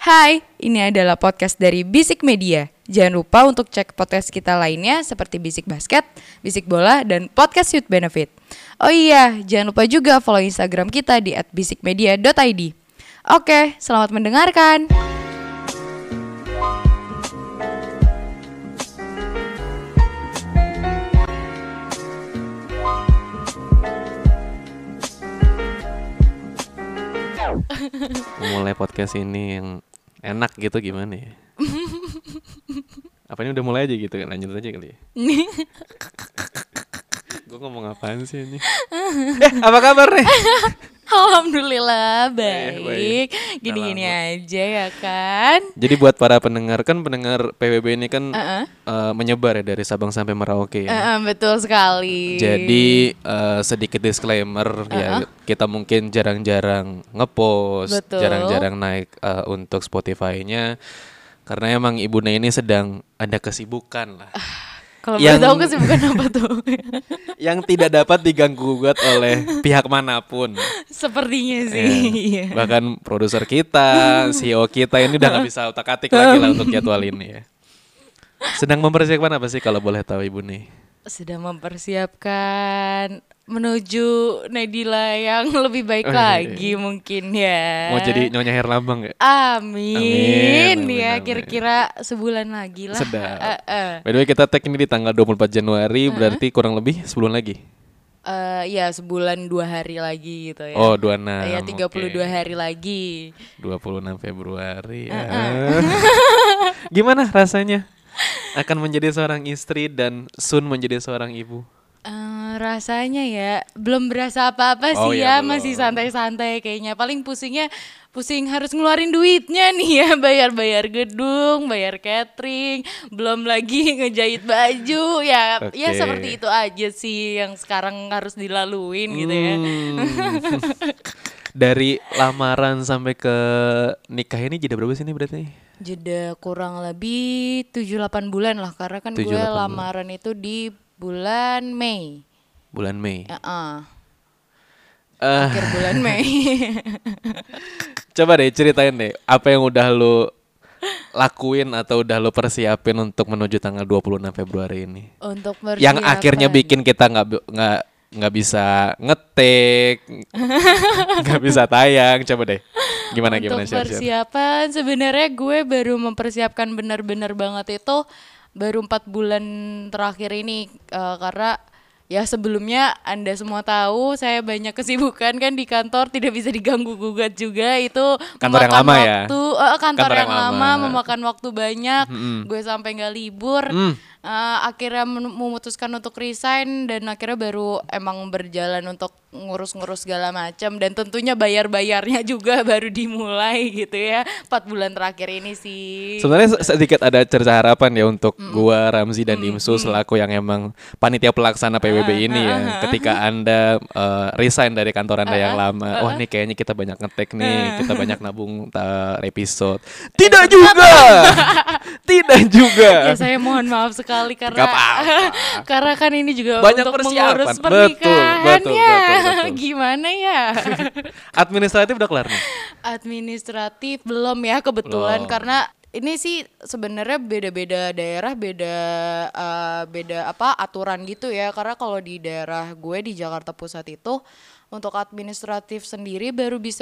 Hai, ini adalah podcast dari Bisik Media. Jangan lupa untuk cek podcast kita lainnya seperti Bisik Basket, Bisik Bola, dan Podcast Youth Benefit. Oh iya, jangan lupa juga follow Instagram kita di @bisikmedia.id. Oke, selamat mendengarkan. Mulai podcast ini yang enak gitu gimana ya? Apa ini udah mulai aja gitu kan? Lanjut aja kali ya. Gue ngomong apaan sih ini? Apa kabar nih? Alhamdulillah baik. Baik. Gini-gini aja ya kan. Jadi buat para pendengar kan pendengar PWB ini kan menyebar ya dari Sabang sampai Merauke ya. Betul sekali. Jadi sedikit disclaimer ya, kita mungkin jarang-jarang ngepost, Betul. jarang-jarang naik untuk Spotify-nya karena emang Ibu Nay ini sedang ada kesibukan lah. Kalau boleh tahu kesibukan apa tuh? Yang tidak dapat diganggu-gugat oleh pihak manapun. Sepertinya sih. Iya. Bahkan produser kita, CEO kita ini udah gak bisa utak-atik lagi lah untuk jadwal ini ya. Sedang mempersiapkan apa sih kalau boleh tahu Ibu nih? Sedang mempersiapkan menuju Nadila yang lebih baik lagi mungkin ya. Mau jadi Nyonya Herlambang gak? Amin. Ya amin. kira-kira sebulan lagi lah. Sedap. By the way kita tag ini di tanggal 24 Januari, berarti kurang lebih sebulan lagi. Ya sebulan 2 hari lagi gitu ya. Oh 26. Ya 32 hari lagi. 26 Februari. Gimana rasanya akan menjadi seorang istri dan soon menjadi seorang ibu? Rasanya ya belum berasa apa-apa Oh, sih ya, ya, belum. masih santai-santai kayaknya. Paling pusing harus ngeluarin duitnya nih ya, bayar gedung, bayar catering, belum lagi ngejahit baju ya. Oke. Ya seperti itu aja sih yang sekarang harus dilaluin gitu ya. Dari lamaran sampai ke nikah ini jeda berapa sih ini berarti? Jeda kurang lebih 7-8 bulan lah, karena kan 7-8 gue bulan. lamaran itu di bulan Mei. Bulan Mei. Akhir bulan Mei. Coba deh ceritain deh apa yang udah lu lakuin atau udah lu persiapin untuk menuju tanggal 26 Februari ini. Untuk Yang akhirnya persiapan. bikin kita nggak bisa ngetik, nggak bisa tayang. Coba deh, gimana Untuk share-share. persiapan sebenarnya gue baru mempersiapkan benar-benar banget itu baru 4 bulan terakhir ini, karena ya sebelumnya Anda semua tahu saya banyak kesibukan kan di kantor, tidak bisa diganggu gugat juga, itu Kantor yang memakan lama ya? waktu, kantor yang lama memakan waktu banyak. Gue sampai nggak libur. Akhirnya memutuskan untuk resign dan akhirnya baru emang berjalan untuk ngurus-ngurus segala macam, dan tentunya bayar-bayarnya juga baru dimulai gitu ya 4 bulan terakhir ini sih. Sebenarnya sedikit ada cerca harapan ya untuk gua, Ramzi dan Dimsu selaku yang emang panitia pelaksana PWB ini ya. Ketika Anda resign dari kantor Anda yang lama, wah nih kayaknya kita banyak ngetek nih, kita banyak nabung episode. Tidak juga. Tidak juga. Ya saya mohon maaf sekali karena Gak apa-apa. karena kan ini juga Banyak untuk persiapan. mengurus Betul, pernikahan betul, ya. betul. Gimana ya? Administratif udah kelar nih. Administratif belum ya kebetulan, Belum. karena ini sih sebenarnya beda-beda daerah beda aturan gitu ya. Karena kalau di daerah gue di Jakarta Pusat itu untuk administratif sendiri baru bisa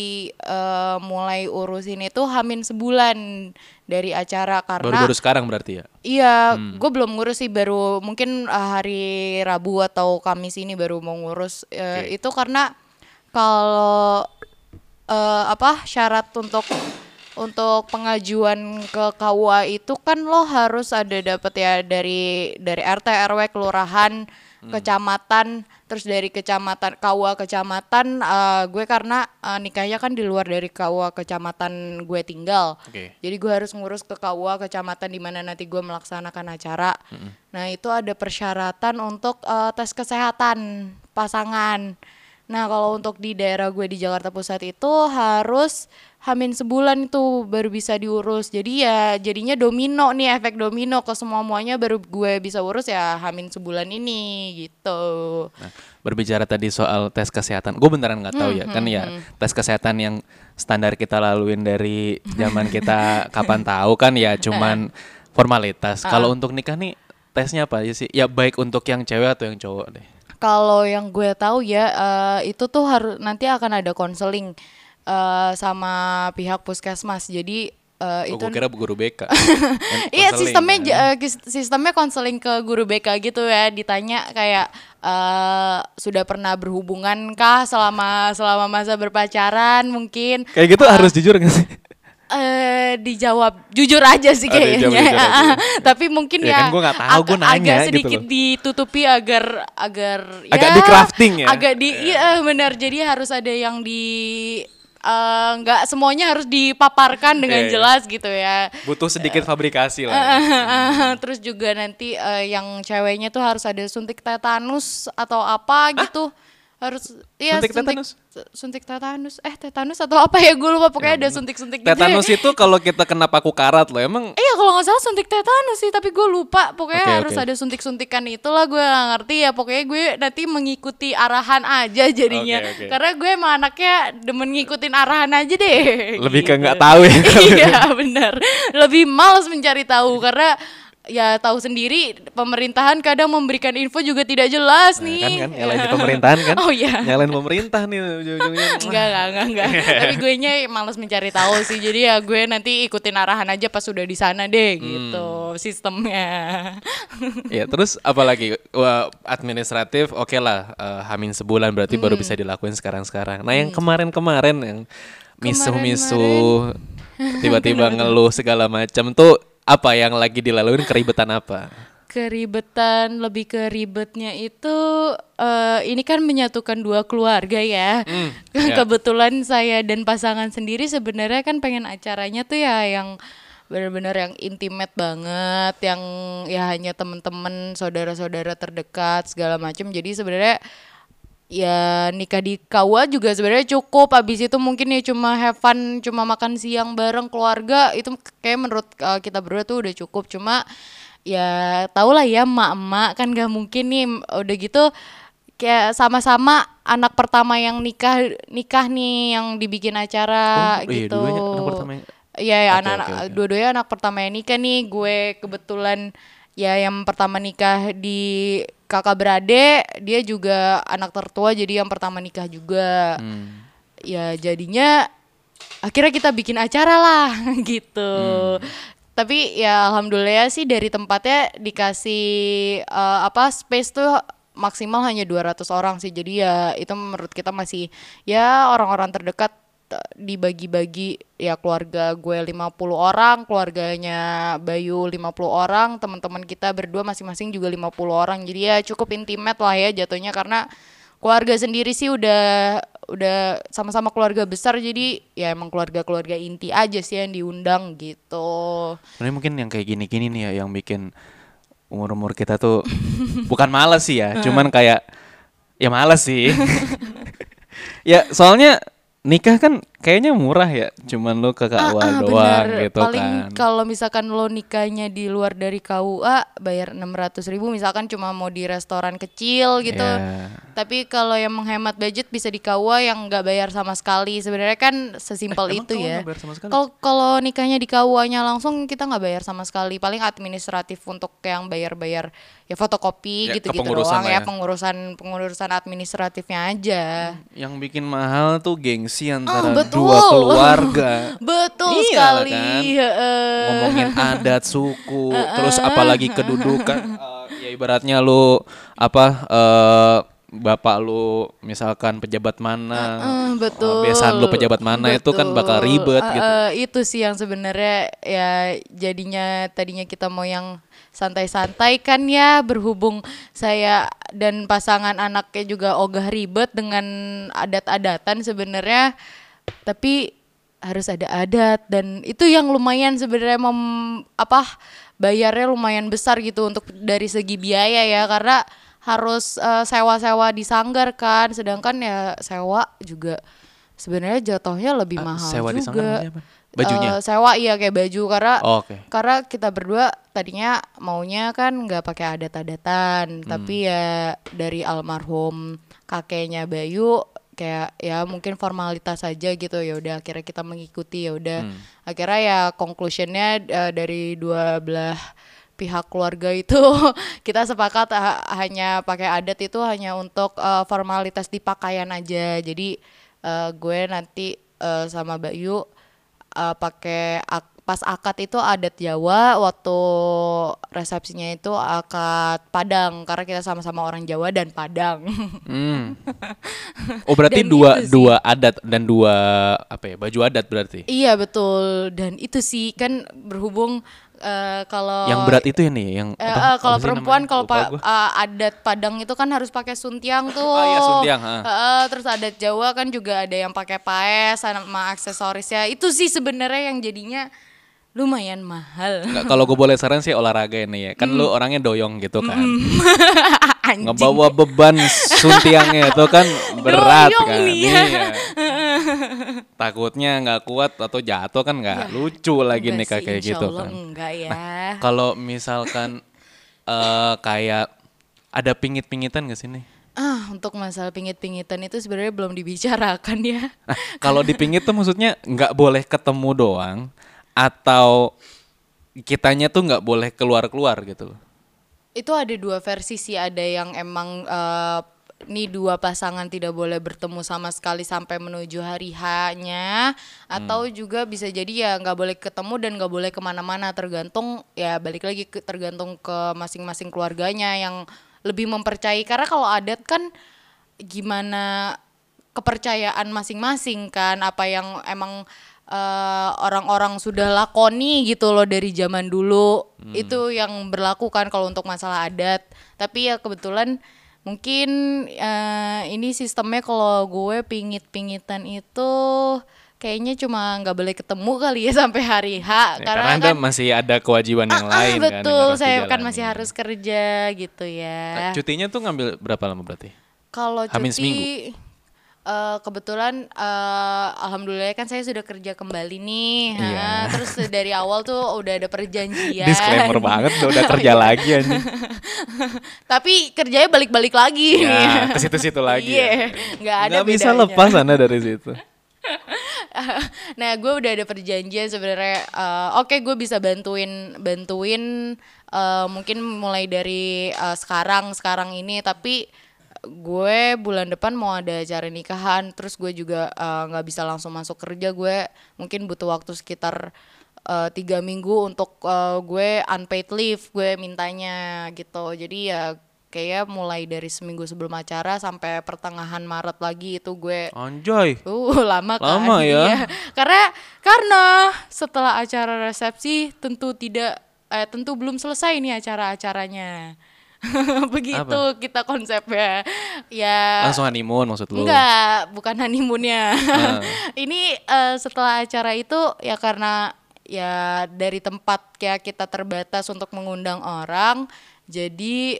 mulai urusin itu hamin sebulan dari acara, karena Baru-baru sekarang berarti ya. iya, gue belum ngurus sih, baru mungkin hari Rabu atau Kamis ini baru mau ngurus. Itu karena kalau syarat untuk pengajuan ke KUA itu kan lo harus ada dapat ya dari RT, RW, kelurahan, kecamatan, terus dari kecamatan KUA kecamatan. Gue karena nikahnya kan di luar dari KUA kecamatan gue tinggal. Jadi gue harus ngurus ke KUA kecamatan di mana nanti gue melaksanakan acara. Nah, itu ada persyaratan untuk tes kesehatan pasangan. Nah kalau untuk di daerah gue di Jakarta Pusat itu harus Hamin sebulan itu baru bisa diurus. Jadi ya jadinya domino nih, efek domino ke semua-muanya baru gue bisa urus ya Hamin sebulan ini gitu. Nah, berbicara tadi soal tes kesehatan, gue beneran nggak tahu ya, kan ya tes kesehatan yang standar kita laluin dari zaman kita kapan tahu kan ya cuman formalitas. Kalau untuk nikah nih tesnya apa aja sih? Ya baik untuk yang cewek atau yang cowok deh. Kalau yang gue tahu ya itu tuh harus nanti akan ada konseling sama pihak puskesmas. Jadi itu gue kira guru BK. iya sistemnya kan? sistemnya konseling ke guru BK gitu ya, ditanya kayak sudah pernah berhubungan kah selama masa berpacaran mungkin. Kayak gitu harus jujur gak sih? Dijawab jujur aja sih kayaknya. Dijawab jujur aja. Tapi mungkin Ya kan gua nggak tahu, gua nanya agak gitu sedikit loh. ditutupi agar Agak di crafting ya. Agak iya benar. Jadi harus ada yang nggak semuanya harus dipaparkan dengan Iya, iya. jelas gitu ya. Butuh sedikit fabrikasi lah. Terus juga nanti yang ceweknya tuh harus ada suntik tetanus atau apa gitu. Harus ya Suntik tetanus? suntik tetanus tetanus atau apa ya gue lupa, pokoknya ada suntik-suntik gitu Tetanus ya. itu kalau kita kena paku karat loh, emang Iya kalau nggak salah suntik tetanus sih, tapi gue lupa. Pokoknya Oke, harus oke. ada suntik-suntikan itulah, gue nggak ngerti ya. Pokoknya gue nanti mengikuti arahan aja jadinya. Oke, oke. Karena gue emang anaknya demen ngikutin arahan aja deh. lebih ke gitu. nggak tahu ya. Iya benar. Lebih males mencari tahu karena ya tahu sendiri pemerintahan kadang memberikan info juga tidak jelas nih. kan nyalain pemerintahan kan. Oh iya. Nyalain pemerintah nih ujung-ujungnya. Enggak. Tapi gue nya males mencari tahu sih. Jadi ya gue nanti ikutin arahan aja pas sudah di sana deh gitu sistemnya. Ya terus apalagi administratif oke lah, hamin sebulan berarti baru bisa dilakuin sekarang. Nah yang kemarin-kemarin yang misuh-misuh tiba-tiba ngeluh segala macam tuh apa yang lagi dilaluin, keribetan apa? Keribetan, lebih ke ribetnya itu ini kan menyatukan dua keluarga ya. Ya. Kebetulan saya dan pasangan sendiri sebenarnya kan pengen acaranya tuh ya yang benar-benar yang intimate banget, yang ya hanya teman-teman, saudara-saudara terdekat segala macam. Jadi sebenarnya ya nikah di KUA juga sebenarnya cukup. Abis itu mungkin ya cuma have fun, cuma makan siang bareng keluarga, itu kayak menurut kita berdua tuh udah cukup. Cuma ya tau lah ya emak-emak kan gak mungkin nih udah gitu kayak sama-sama anak pertama yang nikah nih yang dibikin acara Iya, gitu. dua-duanya anak pertama yang- Iya ya, Oke, anak-anak oke. dua-duanya anak pertama yang nikah nih. Gue kebetulan ya yang pertama nikah di kakak beradik, dia juga anak tertua jadi yang pertama nikah juga. Ya jadinya akhirnya kita bikin acara lah gitu. Tapi ya alhamdulillah sih dari tempatnya dikasih space tuh maksimal hanya 200 orang sih. Jadi ya itu menurut kita masih ya orang-orang terdekat dibagi-bagi ya, keluarga gue 50 orang, keluarganya Bayu 50 orang, teman-teman kita berdua masing-masing juga 50 orang. Jadi ya cukup intimate lah ya jatuhnya, karena keluarga sendiri sih udah sama-sama keluarga besar, jadi ya emang keluarga inti aja sih yang diundang gitu. Sebenarnya mungkin yang kayak gini-gini nih ya yang bikin umur-umur kita tuh bukan malas sih ya, cuman kayak ya malas sih. Ya soalnya nikah kan kayaknya murah ya, cuman lu ke KUA doang Bener. gitu Paling kan. kalau misalkan lo nikahnya di luar dari KUA bayar 600.000 misalkan cuma mau di restoran kecil gitu. Ya. Tapi kalau yang menghemat budget bisa di KUA yang nggak bayar sama sekali. Sebenarnya kan sesimpel Emang itu KUA ya. nggak bayar sama sekali? Kalau nikahnya di KUA-nya langsung kita nggak bayar sama sekali. Paling administratif untuk yang bayar-bayar ya fotokopi Ya, gitu-gitu kepengurusan doang lah ya, ya. pengurusan administratifnya aja. Yang bikin mahal tuh gengsi antara betul. dua keluarga. Betul Iyalah sekali. kan. Heeh. Ngomongin adat suku, terus apalagi kedudukan. Ya ibaratnya lu bapak lu misalkan pejabat mana, Betul. besan lu pejabat mana, itu kan bakal ribet gitu. Itu sih yang sebenarnya ya jadinya tadinya kita mau yang santai-santai kan ya, berhubung saya dan pasangan anaknya juga ogah ribet dengan adat-adatan sebenarnya, tapi harus ada adat, dan itu yang lumayan sebenarnya bayarnya lumayan besar gitu untuk dari segi biaya ya, karena harus sewa-sewa di sanggar kan, sedangkan ya sewa juga sebenarnya jatuhnya lebih mahal sewa di sanggar juga. maksudnya apa? Bajunya? Sewa iya kayak baju Oke. karena kita berdua tadinya maunya kan nggak pakai adat-adatan, tapi ya dari almarhum kakeknya Bayu kayak ya mungkin formalitas saja gitu, ya udah akhirnya kita mengikuti, ya udah akhirnya ya conclusionnya dari dua belah pihak keluarga itu kita sepakat hanya pakai adat itu hanya untuk formalitas di pakaian aja. Jadi gue nanti sama Bayu pakai pas akad itu adat Jawa, waktu resepsinya itu akad Padang karena kita sama-sama orang Jawa dan Padang. Oh berarti Dan dua itu sih. dua adat dan dua apa ya, baju adat berarti. Iya betul, dan itu sih kan berhubung kalau Yang berat itu ya nih, yang kalau apa sih perempuan namanya? kalau Lupa gua. adat Padang itu kan harus pakai suntiang tuh. Oh iya, suntiang, Terus adat Jawa kan juga ada yang pakai paes sama aksesorisnya. Itu sih sebenarnya yang jadinya lumayan mahal. Nggak, kalau gue boleh saran sih olahraga ini ya. Kan lu orangnya doyong gitu kan. Anjing. Ngebawa beban suntiangnya itu kan berat Doyong kan. nih ya. Iya. Takutnya nggak kuat atau jatuh kan nggak lucu lagi nih Enggak sih, kayak insya gitu Allah kan. enggak ya. Kalau misalkan kayak ada pingit-pingitan gak sih nih? Untuk masalah pingit-pingitan itu sebenarnya belum dibicarakan ya. Nah, kalau dipingit tuh maksudnya nggak boleh ketemu doang atau kitanya tuh nggak boleh keluar-keluar gitu loh. Itu ada dua versi sih, ada yang emang nih dua pasangan tidak boleh bertemu sama sekali sampai menuju hari H-nya, atau juga bisa jadi ya nggak boleh ketemu dan nggak boleh kemana-mana, tergantung ya balik lagi tergantung ke masing-masing keluarganya yang lebih mempercayai, karena kalau adat kan gimana kepercayaan masing-masing kan, apa yang emang orang-orang sudah lakoni gitu loh dari zaman dulu, itu yang berlaku kan kalau untuk masalah adat. Tapi ya kebetulan mungkin ini sistemnya kalau gue pingit-pingitan itu kayaknya cuma nggak boleh ketemu kali ya sampai hari H, Ya, karena Anda kan masih ada kewajiban yang lain kan. yang betul, harus saya kan dijalani. masih harus kerja gitu ya. Cutinya tuh ngambil berapa lama berarti? Kalau Hamin seminggu? cuti kebetulan alhamdulillah kan saya sudah kerja kembali nih. Iya. Terus dari awal tuh udah ada perjanjian. Disclaimer banget udah kerja lagi anjing. Tapi kerjanya balik-balik lagi nih. Ya, ke situ-situ lagi. Iya, nggak ada Nggak bisa bedanya. lepas Anda dari situ. Nah, gue udah ada perjanjian sebenarnya. Oke, gue bisa bantuin mungkin mulai dari sekarang ini, tapi gue bulan depan mau ada acara nikahan, terus gue juga nggak bisa langsung masuk kerja, gue mungkin butuh waktu sekitar 3 minggu untuk gue unpaid leave, gue mintanya gitu. Jadi ya kayak mulai dari seminggu sebelum acara sampai pertengahan Maret lagi itu gue Anjay. lama kan. Lama ya. Iya. Karena setelah acara resepsi tentu belum selesai nih acaranya. Begitu Apa? kita konsepnya. Ya Langsung honeymoon maksud lu? enggak, bukan honeymoonnya. Ini setelah acara itu ya karena ya dari tempat kayak kita terbatas untuk mengundang orang, jadi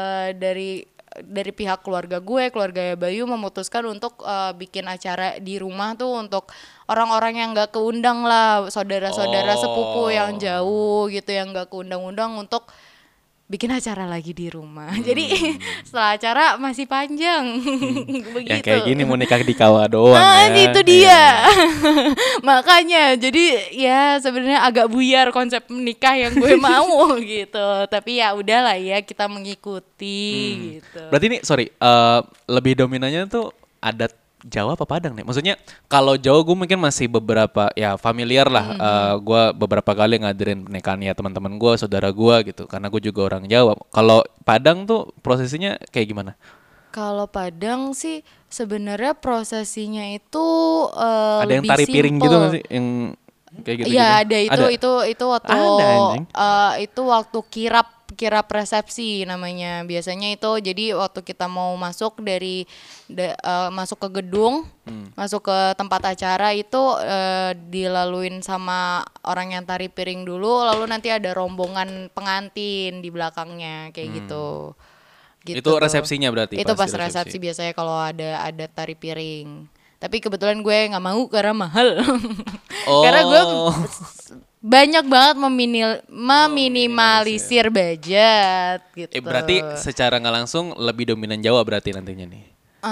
dari pihak keluarga keluarga Bayu memutuskan untuk bikin acara di rumah tuh untuk orang-orang yang nggak keundang lah, saudara-saudara sepupu yang jauh gitu yang nggak keundang-undang, untuk bikin acara lagi di rumah. Jadi setelah acara masih panjang. Begitu. Yang kayak gini mau nikah di kawah doang ya. Itu dia. Makanya jadi ya sebenarnya agak buyar konsep nikah yang gue mau gitu. Tapi ya udahlah ya, kita mengikuti gitu. Berarti ini sorry, lebih dominannya tuh adat Jawa apa Padang nih? Maksudnya kalau Jawa gue mungkin masih beberapa ya familiar lah. Gue beberapa kali ngadirin pernikahan ya teman-teman gue, saudara gue gitu. Karena gue juga orang Jawa. Kalau Padang tuh prosesinya kayak gimana? Kalau Padang sih sebenarnya prosesinya itu Ada yang lebih tari piring gitu simple. nggak sih? Yang kayak gitu? Iya ada itu waktu Ada, anjing. itu waktu kirap resepsi namanya biasanya itu. Jadi waktu kita mau masuk masuk ke gedung, masuk ke tempat acara itu dilaluin sama orang yang tari piring dulu, lalu nanti ada rombongan pengantin di belakangnya kayak gitu. gitu. Itu resepsinya berarti? Itu pas resepsi biasanya kalau ada tari piring. Tapi kebetulan gue nggak mau karena mahal. Karena gue banyak banget meminimalisir budget gitu. Berarti secara nggak langsung lebih dominan Jawa berarti nantinya nih?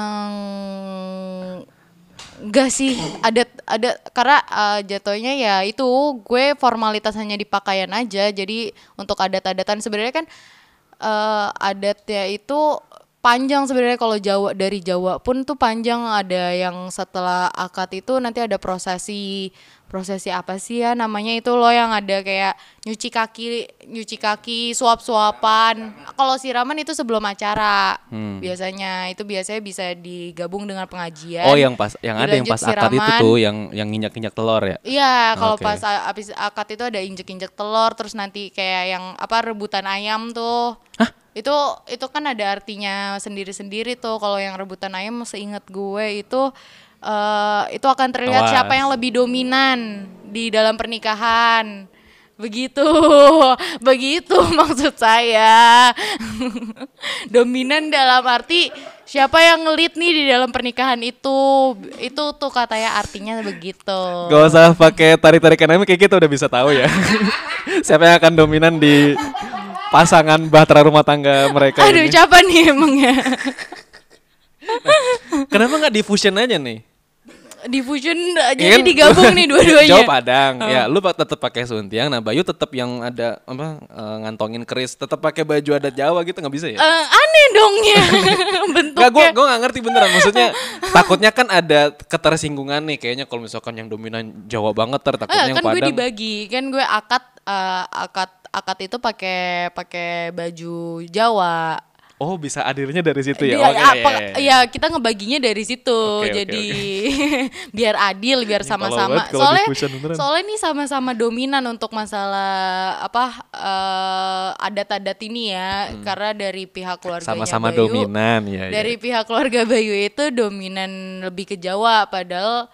Enggak sih, ada karena jatuhnya ya itu gue formalitas hanya di pakaian aja. Jadi untuk adat-adatan sebenarnya kan adatnya itu panjang sebenarnya. Kalau dari Jawa pun tuh panjang, ada yang setelah akad itu nanti ada prosesi apa sih ya namanya itu loh, yang ada kayak nyuci kaki, suap-suapan. Kalau siraman itu sebelum acara. Biasanya bisa digabung dengan pengajian. Oh, yang ada yang pas akad itu tuh yang injak-injak telur ya? Iya, kalau pas habis akad itu ada injek-injek telur, terus nanti kayak yang rebutan ayam tuh. Hah? Itu kan ada artinya sendiri-sendiri tuh. Kalau yang rebutan ayam seingat gue itu akan terlihat siapa yang lebih dominan di dalam pernikahan. Begitu maksud saya. Dominan dalam arti siapa yang ngelit nih di dalam pernikahan itu tuh katanya artinya begitu. Gak usah pakai tarik-tarikan ayam, kayak kita udah bisa tahu ya. Siapa yang akan dominan di pasangan bahtera rumah tangga mereka. Aduh, siapa nih emangnya? Kenapa nggak diffusion aja nih? Diffusion jadi digabung nih dua-duanya. Jawa Padang, ya lu tetap pakai suntiang, nah Bayu tetap yang ada ngantongin keris, tetap pakai baju adat Jawa gitu, nggak bisa ya? Aneh dong ya bentuknya. Gue nggak ngerti beneran, maksudnya takutnya kan ada ketersinggungan nih, kayaknya kalau misalkan yang dominan Jawa banget takutnya yang kan Padang. Gue dibagi, kan gue akad itu pakai baju Jawa. Oh, bisa adilnya dari situ ya? Ya kita ngebaginya dari situ. Jadi biar adil, biar sama-sama. Soalnya ini sama-sama dominan untuk masalah adat-adat ini ya. Karena dari pihak keluarganya sama-sama Bayu, dominan ya. Dari pihak keluarga Bayu itu dominan lebih ke Jawa, padahal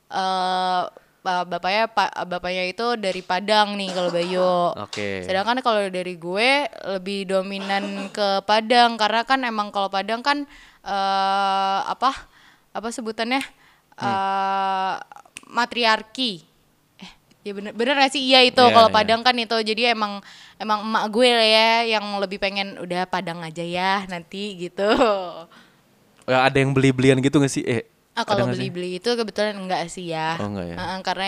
bapaknya itu dari Padang nih kalau Bayu. Sedangkan kalau dari gue lebih dominan ke Padang, karena kan emang kalau Padang kan apa sebutannya matriarki. Ya bener gak sih? Iya itu kalau Padang kan itu. Jadi emang emak gue lah ya yang lebih pengen udah Padang aja ya nanti gitu. Ada yang beli-belian gitu gak sih? Kalau beli-beli itu kebetulan enggak sih ya. Oh, enggak ya. Karena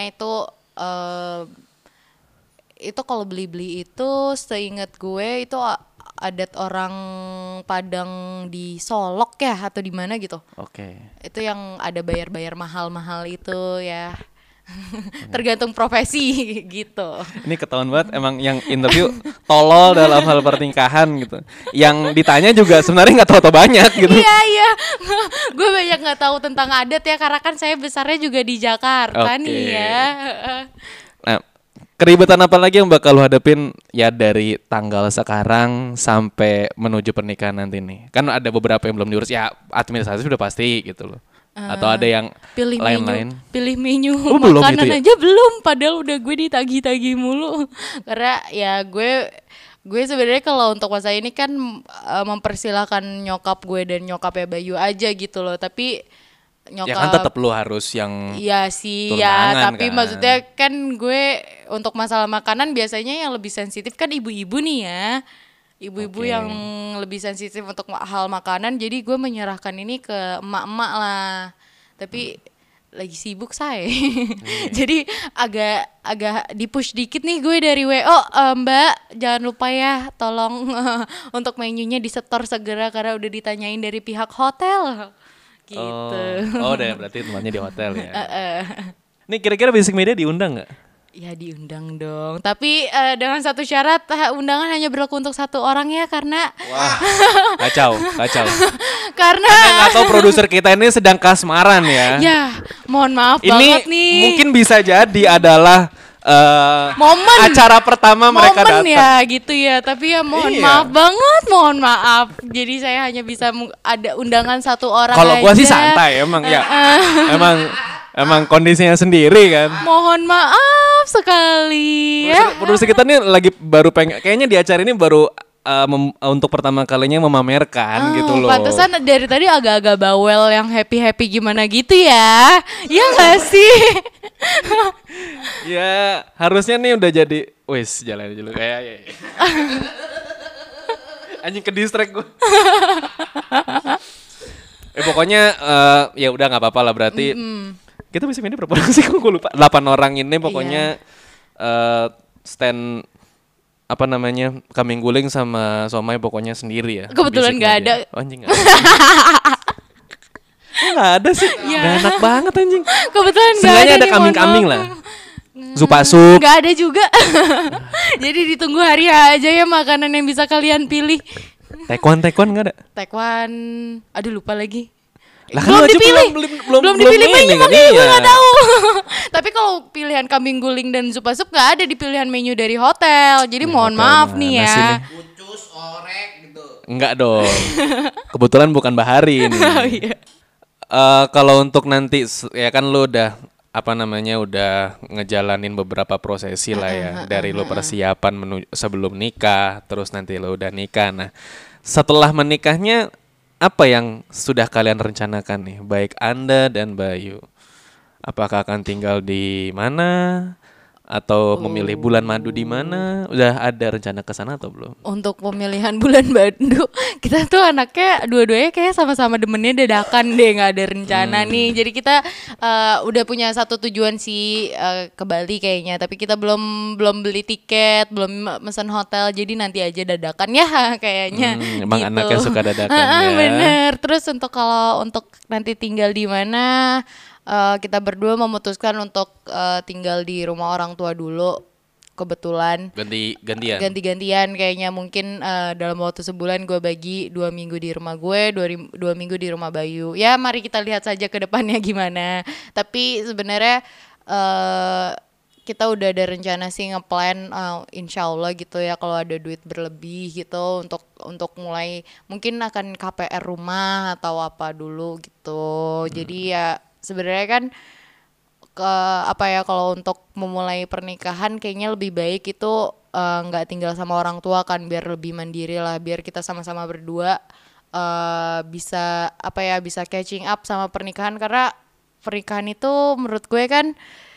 itu kalau beli-beli itu seingat gue itu adat orang Padang di Solok ya atau di mana gitu. Itu yang ada bayar-bayar mahal-mahal itu ya. Tergantung profesi gitu. Ini ketahuan banget emang yang interview tolol dalam hal pernikahan gitu. Yang ditanya juga sebenarnya nggak tahu banyak gitu. Iya. Gue banyak nggak tahu tentang adat ya, karena kan saya besarnya juga di Jakarta nih ya. Nah, keribetan apa lagi yang bakal lo hadapin ya dari tanggal sekarang sampai menuju pernikahan nanti nih? Kan ada beberapa yang belum diurus ya, administrasi sudah pasti gitu loh. Atau ada yang lain-lain? Pilih menu makanan gitu ya? Aja belum, padahal udah gue ditagih-tagih mulu. Karena ya gue sebenarnya kalau untuk masa ini kan mempersilahkan nyokap gue dan nyokapnya Bayu aja gitu loh. Tapi nyokap ya kan tetap lu harus yang iya sih ya, tapi kan. Maksudnya kan gue untuk masalah makanan biasanya yang lebih sensitif kan ibu-ibu nih ya. Ibu-ibu yang lebih sensitif untuk hal makanan, jadi gue menyerahkan ini ke emak-emak lah. Tapi lagi sibuk saya. Jadi agak di-push dikit nih gue dari WO, Mbak jangan lupa ya tolong untuk menunya disetor segera karena udah ditanyain dari pihak hotel. Gitu. Udah berarti temannya di hotel ya. Nih kira-kira Basic Media diundang gak? Ya diundang dong, tapi dengan satu syarat, undangan hanya berlaku untuk satu orang ya, karena wah kacau karena nggak tahu produser kita ini sedang kasmaran ya. Ya mohon maaf ini banget nih. Ini mungkin bisa jadi adalah momen acara pertama mereka datang ya gitu ya, tapi ya mohon maaf, jadi saya hanya bisa ada undangan satu orang. Kalau gua sih santai emang ya. Emang kondisinya sendiri kan. Mohon maaf sekali. Produser kita nih lagi baru kayaknya di acara ini baru untuk pertama kalinya memamerkan gitu loh. Pantesan dari tadi agak-agak bawel yang happy-happy gimana gitu ya. Ya gak sih? Ya harusnya nih udah jadi wis jalan dulu kayak ya. Anjing ke distract gue. Pokoknya ya udah nggak apa-apa lah berarti. Kita bisa ini berapa orang sih? Gue lupa. 8 orang ini pokoknya stand apa namanya kambing guling sama somai pokoknya sendiri ya. Kebetulan nggak ada. Oh, anjing nggak ada. Nggak ada sih. Nggak enak banget anjing. Kebetulan nggak ada. Seenggaknya ada kambing-kambing lah. Supasup. Nggak ada juga. Jadi ditunggu hari aja ya makanan yang bisa kalian pilih. Taekwondo nggak ada. Taekwondo, aduh lupa lagi. Lah kan belum dipilih, belum dipilih menu kan, makanya gue nggak tahu. Tapi kalau pilihan kambing guling dan supasup nggak ada di pilihan menu dari hotel. Jadi mohon maaf nih ya. Pucus, orek gitu. Enggak dong. Kebetulan bukan Bahari ini. Oh, iya. Kalau untuk nanti ya kan lu udah apa namanya udah ngejalanin beberapa prosesi lah ya dari lu persiapan sebelum nikah, terus nanti lu udah nikah. Nah, setelah menikahnya apa yang sudah kalian rencanakan nih, baik Anda dan Bayu? Apakah akan tinggal di mana? Atau memilih bulan madu di mana? Udah ada rencana ke sana atau belum? Untuk pemilihan bulan madu, kita tuh anaknya dua-duanya kayak sama-sama demennya dadakan deh, nggak ada rencana nih. Jadi kita udah punya satu tujuan sih ke Bali kayaknya, tapi kita belum beli tiket, belum mesen hotel. Jadi nanti aja dadakan ya kayaknya. Emang gitu. anaknya suka dadakan ya. Bener. Terus kalau untuk nanti tinggal di mana? Kita berdua memutuskan untuk tinggal di rumah orang tua dulu, kebetulan ganti-gantian kayaknya mungkin dalam waktu sebulan gue bagi 2 minggu di rumah gue, 2 minggu di rumah Bayu. Ya mari kita lihat saja ke depannya gimana. Tapi sebenarnya kita udah ada rencana sih ngeplan insya Allah gitu ya, kalau ada duit berlebih gitu untuk mulai mungkin akan KPR rumah atau apa dulu gitu. Jadi ya sebenarnya kan kalau untuk memulai pernikahan kayaknya lebih baik itu nggak tinggal sama orang tua kan, biar lebih mandiri lah, biar kita sama-sama berdua bisa catching up sama pernikahan, karena pernikahan itu menurut gue kan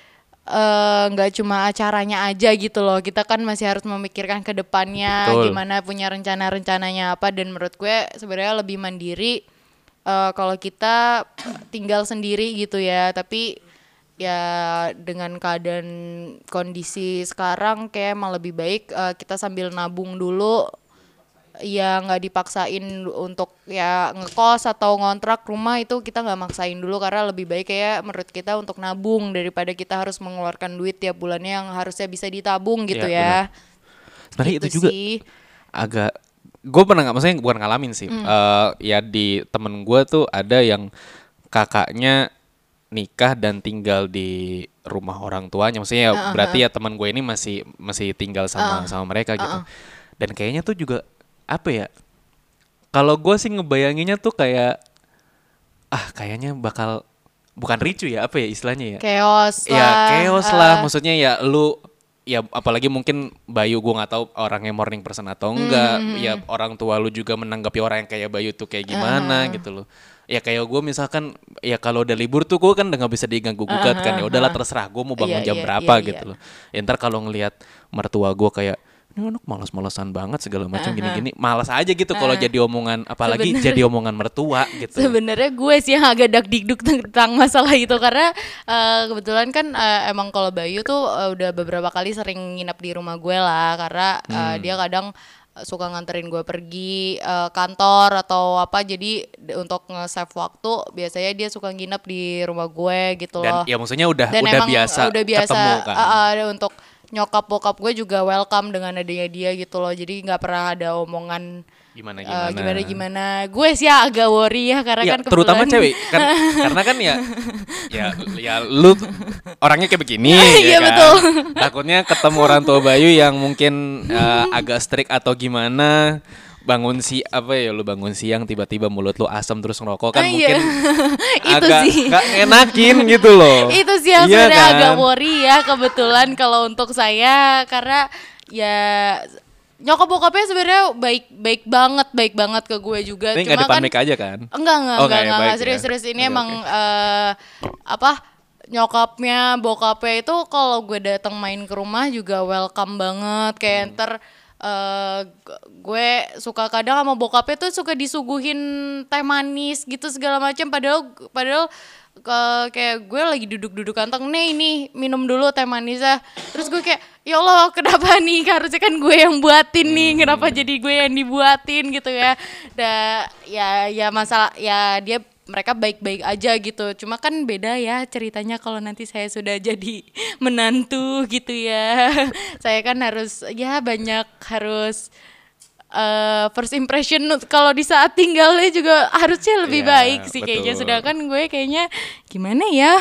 nggak cuma acaranya aja gitu loh, kita kan masih harus memikirkan ke depannya. Betul. Gimana, punya rencananya apa, dan menurut gue sebenarnya lebih mandiri kalau kita tinggal sendiri gitu ya. Tapi ya dengan keadaan kondisi sekarang kayak emang lebih baik kita sambil nabung dulu, ya nggak dipaksain untuk ya ngekos atau ngontrak rumah, itu kita nggak maksain dulu, karena lebih baik kayak menurut kita untuk nabung daripada kita harus mengeluarkan duit tiap bulannya yang harusnya bisa ditabung gitu ya. Sebenarnya gitu itu juga sih. Agak gue pernah maksudnya bukan ngalamin sih, ya di temen gue tuh ada yang kakaknya nikah dan tinggal di rumah orang tuanya, maksudnya berarti ya teman gue ini masih tinggal sama mereka gitu. Dan kayaknya tuh juga apa ya, kalau gue sih ngebayanginnya tuh kayak kayaknya bakal bukan ricu ya, apa ya istilahnya ya, chaos lah. Ya chaos lah, maksudnya ya lu ya apalagi mungkin Bayu, gue nggak tahu orangnya morning person atau enggak, ya orang tua lu juga menanggapi orang yang kayak Bayu tuh kayak gimana gitu loh. Ya kayak gue misalkan ya kalau udah libur tuh gue kan udah nggak bisa diganggu gugat kan, ya udahlah terserah gue mau bangun jam berapa gitu loh. Ya ntar kalau ngelihat mertua gue kayak ini anak malas-malasan banget segala macam gini-gini, malas aja gitu kalau jadi omongan, apalagi jadi omongan mertua gitu. Sebenarnya gue sih yang agak dakdikduk tentang masalah itu, karena kebetulan kan emang kalau Bayu tuh udah beberapa kali sering nginep di rumah gue lah, karena dia kadang suka nganterin gue pergi kantor atau apa, jadi untuk nge-save waktu biasanya dia suka nginep di rumah gue gitu loh. Dan ya maksudnya udah biasa ketemu kan. Untuk nyokap bokap gue juga welcome dengan adanya dia gitu loh, jadi nggak pernah ada omongan gimana. Gue sih agak worry ya, karena kan terutama cewek kan, karena kan ya lu orangnya kayak begini ya kan. Betul. Takutnya ketemu orang tua Bayu yang mungkin agak strict atau gimana, bangun siang tiba-tiba mulut lu asam terus ngerokok kan, mungkin agak nggak enakin gitu loh. Itu sih yang sebenarnya agak worry ya kebetulan kalau untuk saya, karena ya Nyokap bokapnya sebenarnya baik banget ke gue juga. Ini Cuma nggak depan kan mic aja kan? enggak serius ini Oke, emang oke. apa nyokapnya bokapnya itu kalau gue datang main ke rumah juga welcome banget kayak ntar gue suka kadang sama bokapnya tuh suka disuguhin teh manis gitu segala macam padahal kayak gue lagi duduk kantong nih ini minum dulu teh manisnya terus gue kayak ya Allah kenapa nih harusnya kan gue yang buatin nih kenapa jadi gue yang dibuatin gitu ya ya masalah ya mereka baik-baik aja gitu cuma kan beda ya ceritanya kalau nanti saya sudah jadi menantu gitu ya saya kan harus first impression kalau di saat tinggalnya juga harusnya lebih Iya, baik sih kayaknya betul. sedangkan gue kayaknya gimana ya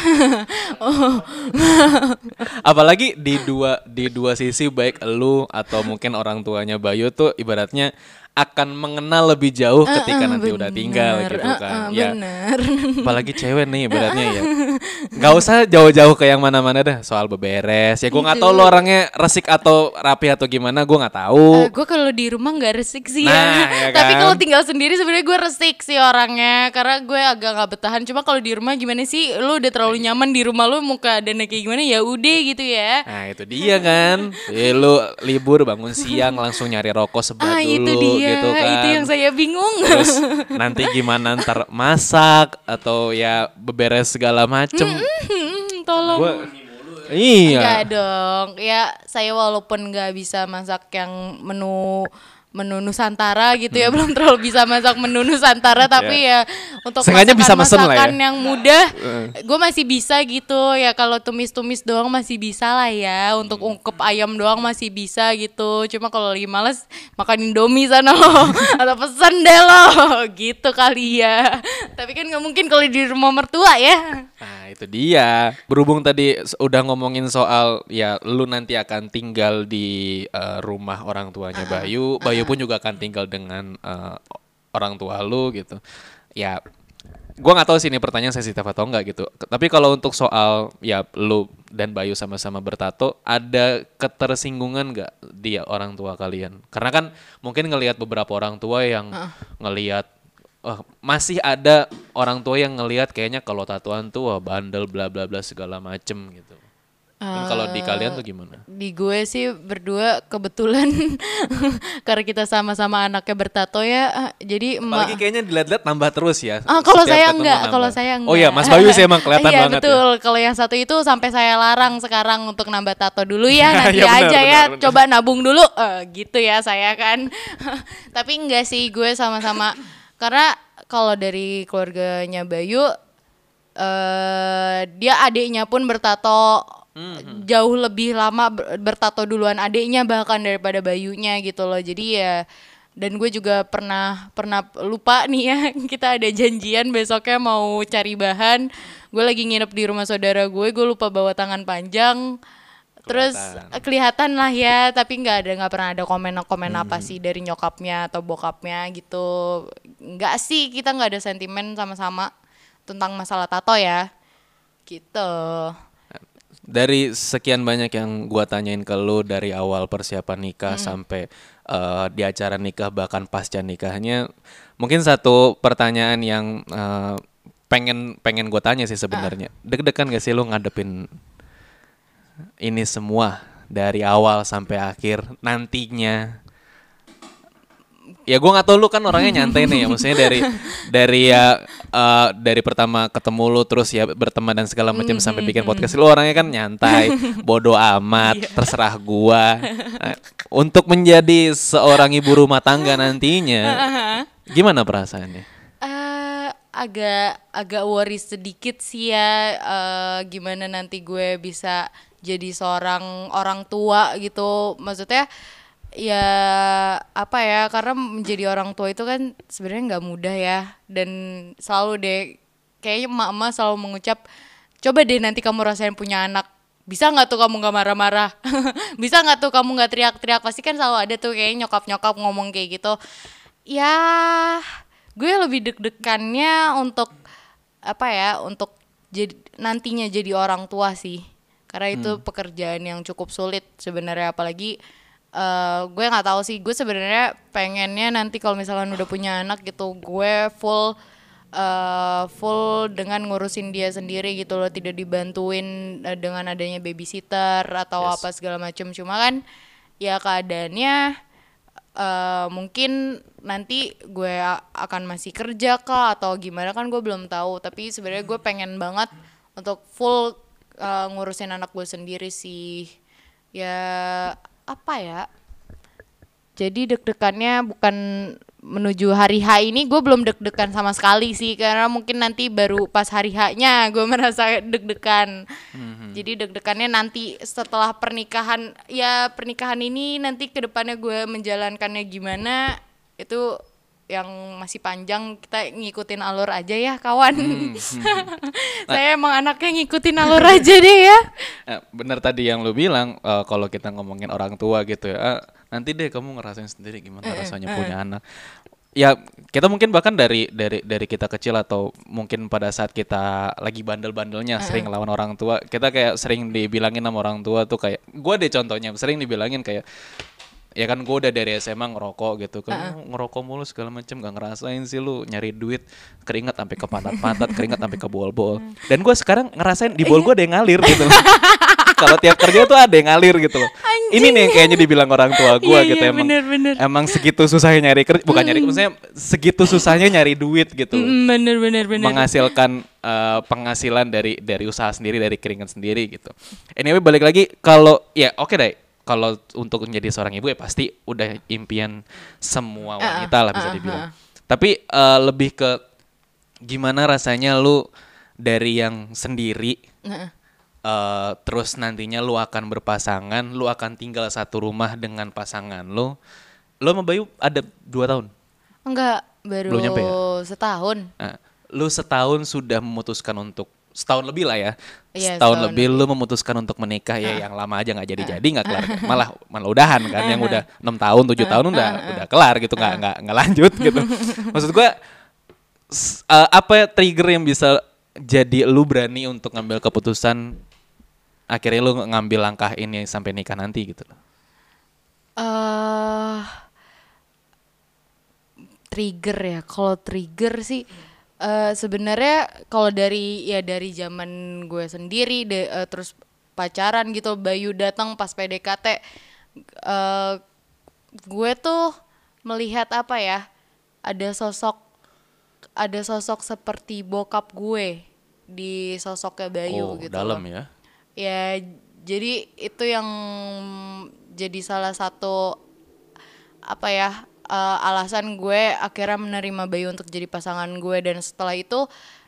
Apalagi di dua sisi baik elu atau mungkin orang tuanya Bayu tuh ibaratnya akan mengenal lebih jauh ketika nanti udah tinggal gitu kan. Ya, bener apalagi cewek nih ibaratnya ya. Gak usah jauh-jauh ke yang mana-mana dah soal beberes. Ya gue nggak tahu lo orangnya resik atau rapi atau gimana, gue nggak tahu. gue kalau di rumah nggak resik sih Nah, ya tapi kan? kalau tinggal sendiri sebenarnya gue resik sih orangnya karena gue agak nggak bertahan cuma kalau di rumah gimana sih lu udah terlalu nyaman di rumah lu mau keadaannya kayak gimana ya udah gitu ya Nah itu dia kan. Lu libur bangun siang langsung nyari rokok sebat itu dulu dia gitu kan. itu yang saya bingung Terus nanti gimana ntar masak atau ya beberes segala macem. tolong Gua iya. enggak dong ya saya walaupun nggak bisa masak yang menu Nusantara gitu ya belum terlalu bisa masak menu Nusantara tapi ya untuk Seenggaknya bisa mesen lah ya. masakan yang mudah gue masih bisa gitu ya kalau tumis doang masih bisa lah ya untuk ungkep ayam doang masih bisa gitu cuma kalau lagi males makan Indomie sana loh atau pesen deh lo gitu kali ya tapi kan nggak mungkin kalau di rumah mertua ya. Nah itu dia. Berhubung tadi udah ngomongin soal ya lu nanti akan tinggal di rumah orang tuanya Bayu. Bayu pun juga akan tinggal dengan orang tua lu gitu. Ya gua nggak tahu sih ini pertanyaan sensitif atau enggak gitu. Tapi kalau untuk soal ya lu dan Bayu sama-sama bertato, ada ketersinggungan nggak dia orang tua kalian? Karena kan mungkin ngelihat beberapa orang tua yang ngelihat masih ada orang tua yang ngelihat kayaknya kalau tatoan tuh wah bandel bla bla bla segala macem gitu. Dan kalau di kalian tuh gimana? Di gue sih berdua kebetulan karena kita sama-sama anaknya bertato ya jadi Apalagi kayaknya dilihat-lihat nambah terus ya. kalau Setiap saya ketemu enggak, nambah. kalau saya enggak. Oh iya, Mas Bayu sih emang kelihatan iya, banget betul. ya. Kalau yang satu itu sampai saya larang sekarang untuk nambah tato dulu ya, nanti Iya, benar, aja ya. benar. Coba nabung dulu, gitu ya saya kan. Tapi enggak sih, gue sama-sama karena kalau dari keluarganya Bayu, dia adiknya pun bertato. Jauh lebih lama bertato duluan adiknya bahkan daripada Bayunya gitu loh. Jadi ya dan gue juga pernah lupa nih ya kita ada janjian besoknya mau cari bahan. Gue lagi nginep di rumah saudara gue lupa bawa tangan panjang. Terus kelihatan lah ya, tapi nggak pernah ada komen apa sih dari nyokapnya atau bokapnya gitu. Nggak sih, kita nggak ada sentimen sama-sama tentang masalah tato ya. Gitu. Dari sekian banyak yang gua tanyain ke lu dari awal persiapan nikah sampai di acara nikah bahkan pasca nikahnya, mungkin satu pertanyaan yang pengen gua tanya sih sebenarnya. Deg-degan gak sih lu ngadepin ini semua dari awal sampai akhir nantinya? Ya gue nggak tahu lu kan orangnya nyantai nih ya, maksudnya dari pertama ketemu lu terus ya berteman dan segala macam sampai bikin podcast, lu orangnya kan nyantai, bodoh amat, terserah gua. Nah, untuk menjadi seorang ibu rumah tangga nantinya, gimana perasaannya? Agak worry sedikit sih ya, gimana nanti gue bisa jadi seorang orang tua gitu, maksudnya. Ya apa ya, karena menjadi orang tua itu kan sebenarnya nggak mudah ya, dan selalu deh kayaknya emak-emak selalu mengucap coba deh nanti kamu rasain punya anak, bisa nggak tuh kamu nggak marah-marah bisa nggak tuh kamu nggak teriak-teriak, pasti kan selalu ada tuh kayak nyokap-nyokap ngomong kayak gitu ya. Gue lebih deg-degannya untuk apa ya, untuk nantinya jadi orang tua sih, karena itu pekerjaan yang cukup sulit sebenarnya, apalagi gue nggak tahu sih, gue sebenarnya pengennya nanti kalau misalkan udah punya anak gitu, gue full dengan ngurusin dia sendiri gitu loh, tidak dibantuin dengan adanya babysitter atau Yes. apa segala macam. Cuma kan ya keadaannya mungkin nanti gue akan masih kerja kah atau gimana kan gue belum tahu. Tapi sebenarnya gue pengen banget untuk full ngurusin anak gue sendiri sih. Ya apa ya? Jadi deg-degannya bukan menuju hari H ini, gue belum deg-degan sama sekali sih, karena mungkin nanti baru pas hari H-nya gue merasa deg-degan. Jadi deg-degannya nanti setelah pernikahan. Ya pernikahan ini nanti kedepannya gue menjalankannya gimana, itu yang masih panjang, kita ngikutin alur aja ya kawan. Saya emang anaknya ngikutin alur aja deh ya. Bener tadi yang lu bilang, kalau kita ngomongin orang tua gitu ya, nanti deh kamu ngerasain sendiri gimana rasanya punya anak. Ya kita mungkin bahkan dari kita kecil atau mungkin pada saat kita lagi bandel-bandelnya sering lawan orang tua, kita kayak sering dibilangin sama orang tua tuh, kayak gue deh contohnya sering dibilangin kayak, ya kan gue udah dari SMA ngerokok gitu kan, ngerokok mulu segala macem, gak ngerasain sih lu nyari duit, keringat sampai ke pantat-pantat, keringat sampai ke bol-bol. Dan gue sekarang ngerasain di bol gue ada yang ngalir gitu loh. Kalau tiap kerja tuh ada yang ngalir gitu loh. Ini nih yang kayaknya dibilang orang tua gue gitu, emang bener. emang segitu susahnya nyari kerja, bukan nyari, maksudnya segitu susahnya nyari duit gitu loh. Bener. Menghasilkan penghasilan dari usaha sendiri, dari keringat sendiri gitu. Anyway, balik lagi, kalau ya oke deh, kalau untuk menjadi seorang ibu ya pasti udah impian semua wanita lah bisa dibilang. Tapi lebih ke gimana rasanya lu dari yang sendiri, terus nantinya lu akan berpasangan, lu akan tinggal satu rumah dengan pasangan lu. Lu sama Bayu ada 2 tahun? Enggak, baru Belum nyampe ya? setahun. Lu setahun sudah memutuskan untuk, setahun lebih lah ya, Iya, setahun setahun lebih lu memutuskan untuk menikah. Ya yang lama aja nggak jadi nggak kelar, malah udahan kan, yang udah 6 tahun 7 tahun udah kelar gitu, nggak lanjut gitu. Maksud gua apa trigger yang bisa jadi lu berani untuk ngambil keputusan, akhirnya lu ngambil langkah ini sampai nikah nanti gitu loh? Trigger ya, kalau trigger sih sebenarnya kalau dari zaman gue sendiri terus pacaran gitu, Bayu datang pas PDKT, gue tuh melihat apa ya, ada sosok seperti bokap gue di sosoknya Bayu gitu Dalam loh. ya. Ya jadi itu yang jadi salah satu apa ya, alasan gue akhirnya menerima Bayu untuk jadi pasangan gue. Dan setelah itu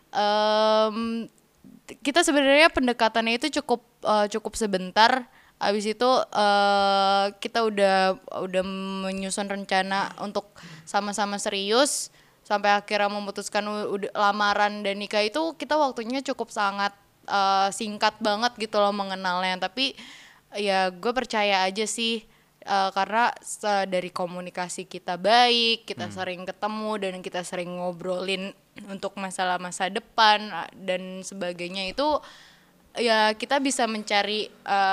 kita sebenarnya pendekatannya itu cukup sebentar. Abis itu kita udah menyusun rencana untuk sama-sama serius, sampai akhirnya memutuskan udah lamaran dan nikah. Itu kita waktunya cukup sangat singkat banget gitu loh mengenalnya. Tapi ya gue percaya aja sih, karena dari komunikasi kita baik, kita sering ketemu dan kita sering ngobrolin untuk masalah masa depan dan sebagainya, itu ya kita bisa mencari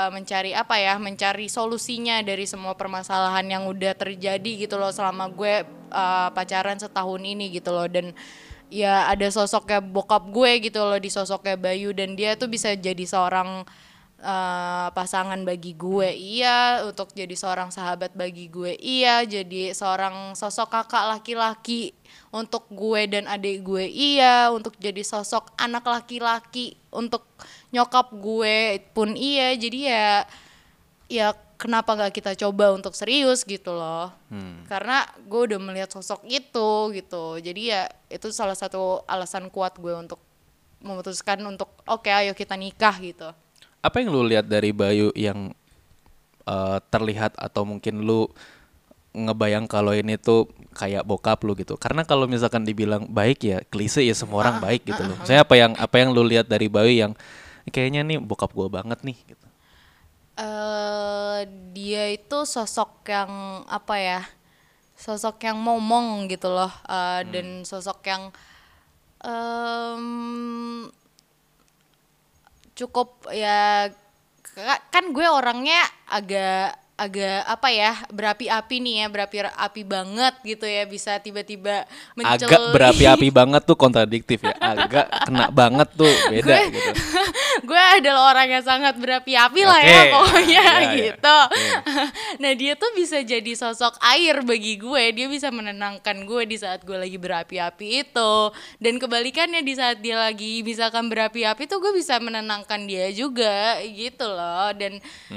solusinya dari semua permasalahan yang udah terjadi gitu loh selama gue pacaran setahun ini gitu loh. Dan ya ada sosoknya bokap gue gitu loh di sosoknya Bayu, dan dia tuh bisa jadi seorang pasangan bagi gue, iya, untuk jadi seorang sahabat bagi gue, iya, jadi seorang sosok kakak laki-laki untuk gue dan adik gue, iya, untuk jadi sosok anak laki-laki untuk nyokap gue pun, iya. Jadi ya kenapa nggak kita coba untuk serius gitu loh. Karena gue udah melihat sosok itu gitu. Jadi ya itu salah satu alasan kuat gue untuk memutuskan untuk oke, ayo kita nikah gitu. Apa yang lu lihat dari Bayu yang terlihat atau mungkin lu ngebayang kalau ini tuh kayak bokap lu gitu? Karena kalau misalkan dibilang baik ya klise ya, semua orang baik gitu loh. Saya apa yang lu lihat dari Bayu yang kayaknya nih bokap gua banget nih gitu? Dia itu sosok yang apa ya? Sosok yang momong gitu loh, dan sosok yang cukup ya, kan gue orangnya agak agak apa ya, berapi-api nih ya, berapi-api banget gitu ya, bisa tiba-tiba Agak berapi-api banget tuh kontradiktif ya. Agak kena banget tuh beda gue, gitu. gue adalah orang yang sangat berapi-api lah Oke. ya pokoknya Ya, gitu. ya. Nah dia tuh bisa jadi sosok air bagi gue, dia bisa menenangkan gue di saat gue lagi berapi-api itu. Dan kebalikannya di saat dia lagi misalkan berapi-api tuh gue bisa menenangkan dia juga gitu loh. Dan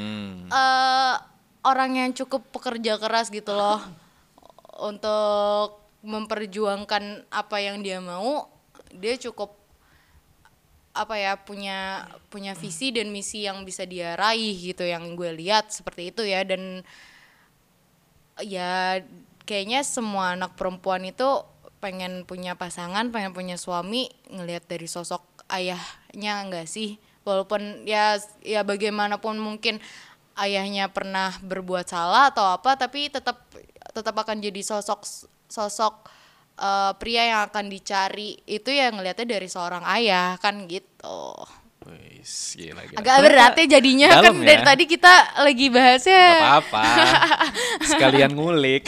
orang yang cukup pekerja keras gitu loh untuk memperjuangkan apa yang dia mau, dia cukup apa ya, punya visi dan misi yang bisa dia raih gitu, yang gue lihat seperti itu ya. Dan ya kayaknya semua anak perempuan itu pengen punya pasangan, pengen punya suami, ngelihat dari sosok ayahnya enggak sih? Walaupun ya bagaimanapun mungkin ayahnya pernah berbuat salah atau apa, tapi tetap akan jadi sosok pria yang akan dicari itu ya, ngelihatnya dari seorang ayah kan gitu. Wis, gila. Agak berat ya jadinya kan Dalam dari ya. tadi kita lagi bahasnya. Gak apa-apa. Sekalian ngulik.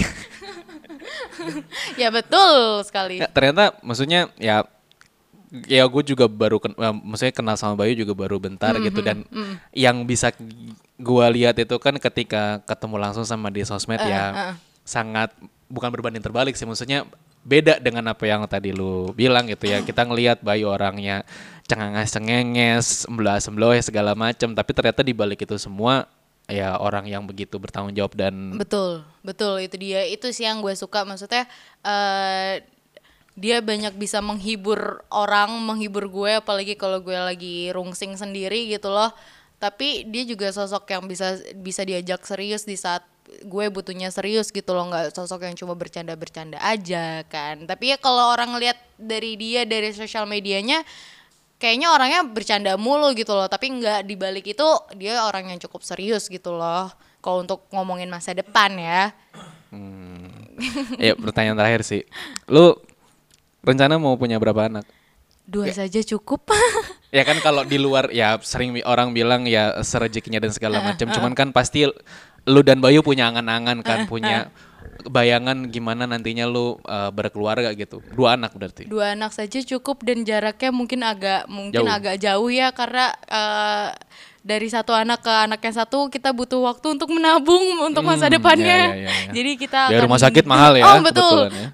Ya betul sekali. Ya, ternyata maksudnya ya gue juga baru maksudnya kenal sama Bayu juga baru bentar gitu, dan yang bisa gue lihat itu kan ketika ketemu langsung sama di sosmed ya sangat bukan berbanding terbalik sih, maksudnya beda dengan apa yang tadi lu bilang gitu ya. Kita ngelihat Bayu orangnya cengenges, semblah-sembloh segala macam, tapi ternyata di balik itu semua ya orang yang begitu bertanggung jawab dan Betul itu dia, itu sih yang gue suka, maksudnya dia banyak bisa menghibur orang, menghibur gue apalagi kalau gue lagi rungsing sendiri gitu loh. Tapi dia juga sosok yang bisa diajak serius di saat gue butuhnya serius gitu loh, nggak sosok yang cuma bercanda-bercanda aja kan. Tapi ya kalau orang lihat dari dia dari sosial medianya kayaknya orangnya bercanda mulu gitu loh, tapi nggak, dibalik itu dia orang yang cukup serius gitu loh kalau untuk ngomongin masa depan ya. ya pertanyaan terakhir sih, lu rencana mau punya berapa anak? 2 saja cukup. Ya kan kalau di luar ya sering orang bilang ya serezekinya dan segala macam. Cuman kan pasti lu dan Bayu punya angan-angan kan, punya bayangan gimana nantinya lu berkeluarga gitu. 2 anak berarti. 2 anak saja cukup, dan jaraknya mungkin Jauh. agak jauh ya, karena dari satu anak ke anak yang satu kita butuh waktu untuk menabung untuk masa depannya. Ya. Jadi kita Biar akan rumah sakit mahal ya, Oh betul. kebetulan ya.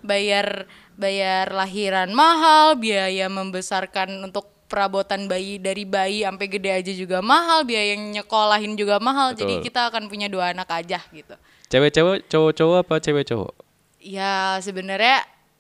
Bayar lahiran mahal, biaya membesarkan untuk perabotan bayi dari bayi sampai gede aja juga mahal, biaya yang nyekolahin juga mahal. Betul. Jadi kita akan punya 2 anak aja gitu. Cewek-cewek, cowok-cowok apa cewek cowok? Ya sebenarnya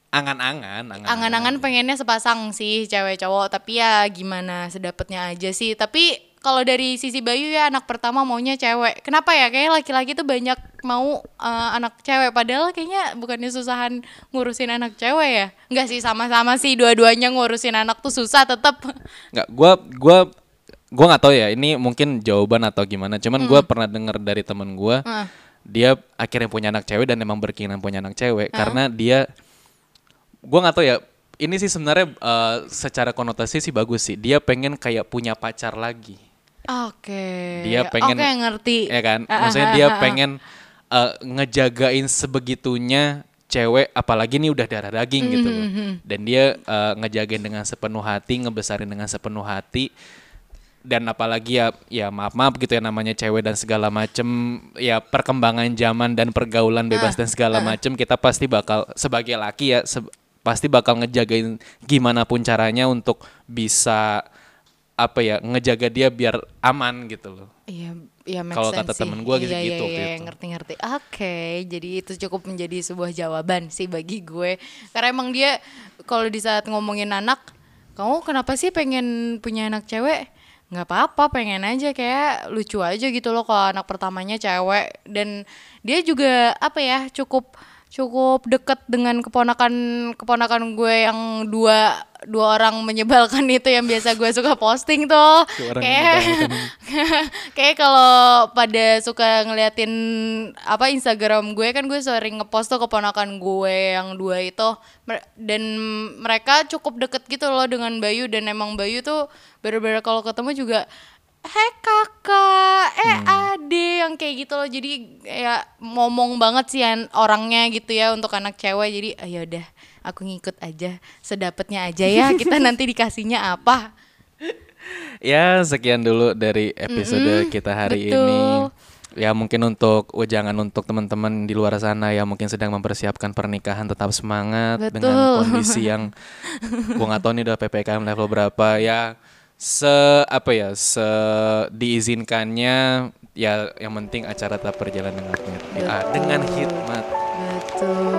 Angan-angan. pengennya sepasang sih, cewek cowok, tapi ya gimana sedapatnya aja sih. Tapi kalau dari sisi Bayu ya anak pertama maunya cewek. Kenapa ya? Kayaknya laki-laki tuh banyak mau anak cewek, padahal kayaknya bukannya susahan ngurusin anak cewek ya. Enggak sih, sama-sama sih, dua-duanya ngurusin anak tuh susah tetap. Enggak, gua nggak tahu ya, ini mungkin jawaban atau gimana. Cuman gua pernah dengar dari temen gua, dia akhirnya punya anak cewek dan emang berkeinginan punya anak cewek karena dia, gua nggak tahu ya. Ini sih sebenarnya secara konotasi sih bagus sih. Dia pengen kayak punya pacar lagi. Oke. Dia pengen, ngerti. ya kan? Maksudnya dia pengen ngejagain sebegitunya cewek, apalagi nih udah darah daging gitu loh. Dan dia ngejagain dengan sepenuh hati, ngebesarin dengan sepenuh hati. Dan apalagi ya maaf gitu ya, namanya cewek dan segala macem, ya perkembangan zaman dan pergaulan bebas dan segala macem, kita pasti bakal sebagai laki ya pasti bakal ngejagain gimana pun caranya untuk bisa apa ya, ngejaga dia biar aman gitu loh. Iya, make Kalau sense kata sih. temen gue gitu. Iya, ngerti. Oke, jadi itu cukup menjadi sebuah jawaban sih bagi gue. Karena emang dia kalau di saat ngomongin anak, kamu kenapa sih pengen punya anak cewek? Nggak apa-apa, pengen aja, kayak lucu aja gitu loh kalau anak pertamanya cewek. Dan dia juga apa ya, cukup deket dengan keponakan gue yang dua orang menyebalkan itu yang biasa gue suka posting tuh. Kayak kalau pada suka ngeliatin apa Instagram gue kan, gue sering ngepost tuh keponakan gue yang 2 itu, dan mereka cukup deket gitu loh dengan Bayu. Dan emang Bayu tuh bener-bener kalau ketemu juga hei kakak, ade yang kayak gitu loh. Jadi ya ngomong banget sih orangnya gitu ya untuk anak cewek. Jadi ya udah aku ngikut aja, sedapatnya aja ya. Kita nanti dikasihnya apa. Ya sekian dulu dari episode kita hari ini. Ya mungkin untuk ujangan untuk teman-teman di luar sana yang mungkin sedang mempersiapkan pernikahan, tetap semangat dengan kondisi yang gua nggak tahu nih udah PPKM level berapa ya. Se diizinkannya ya, yang penting acara tetap berjalan dengan hikmat. Betul.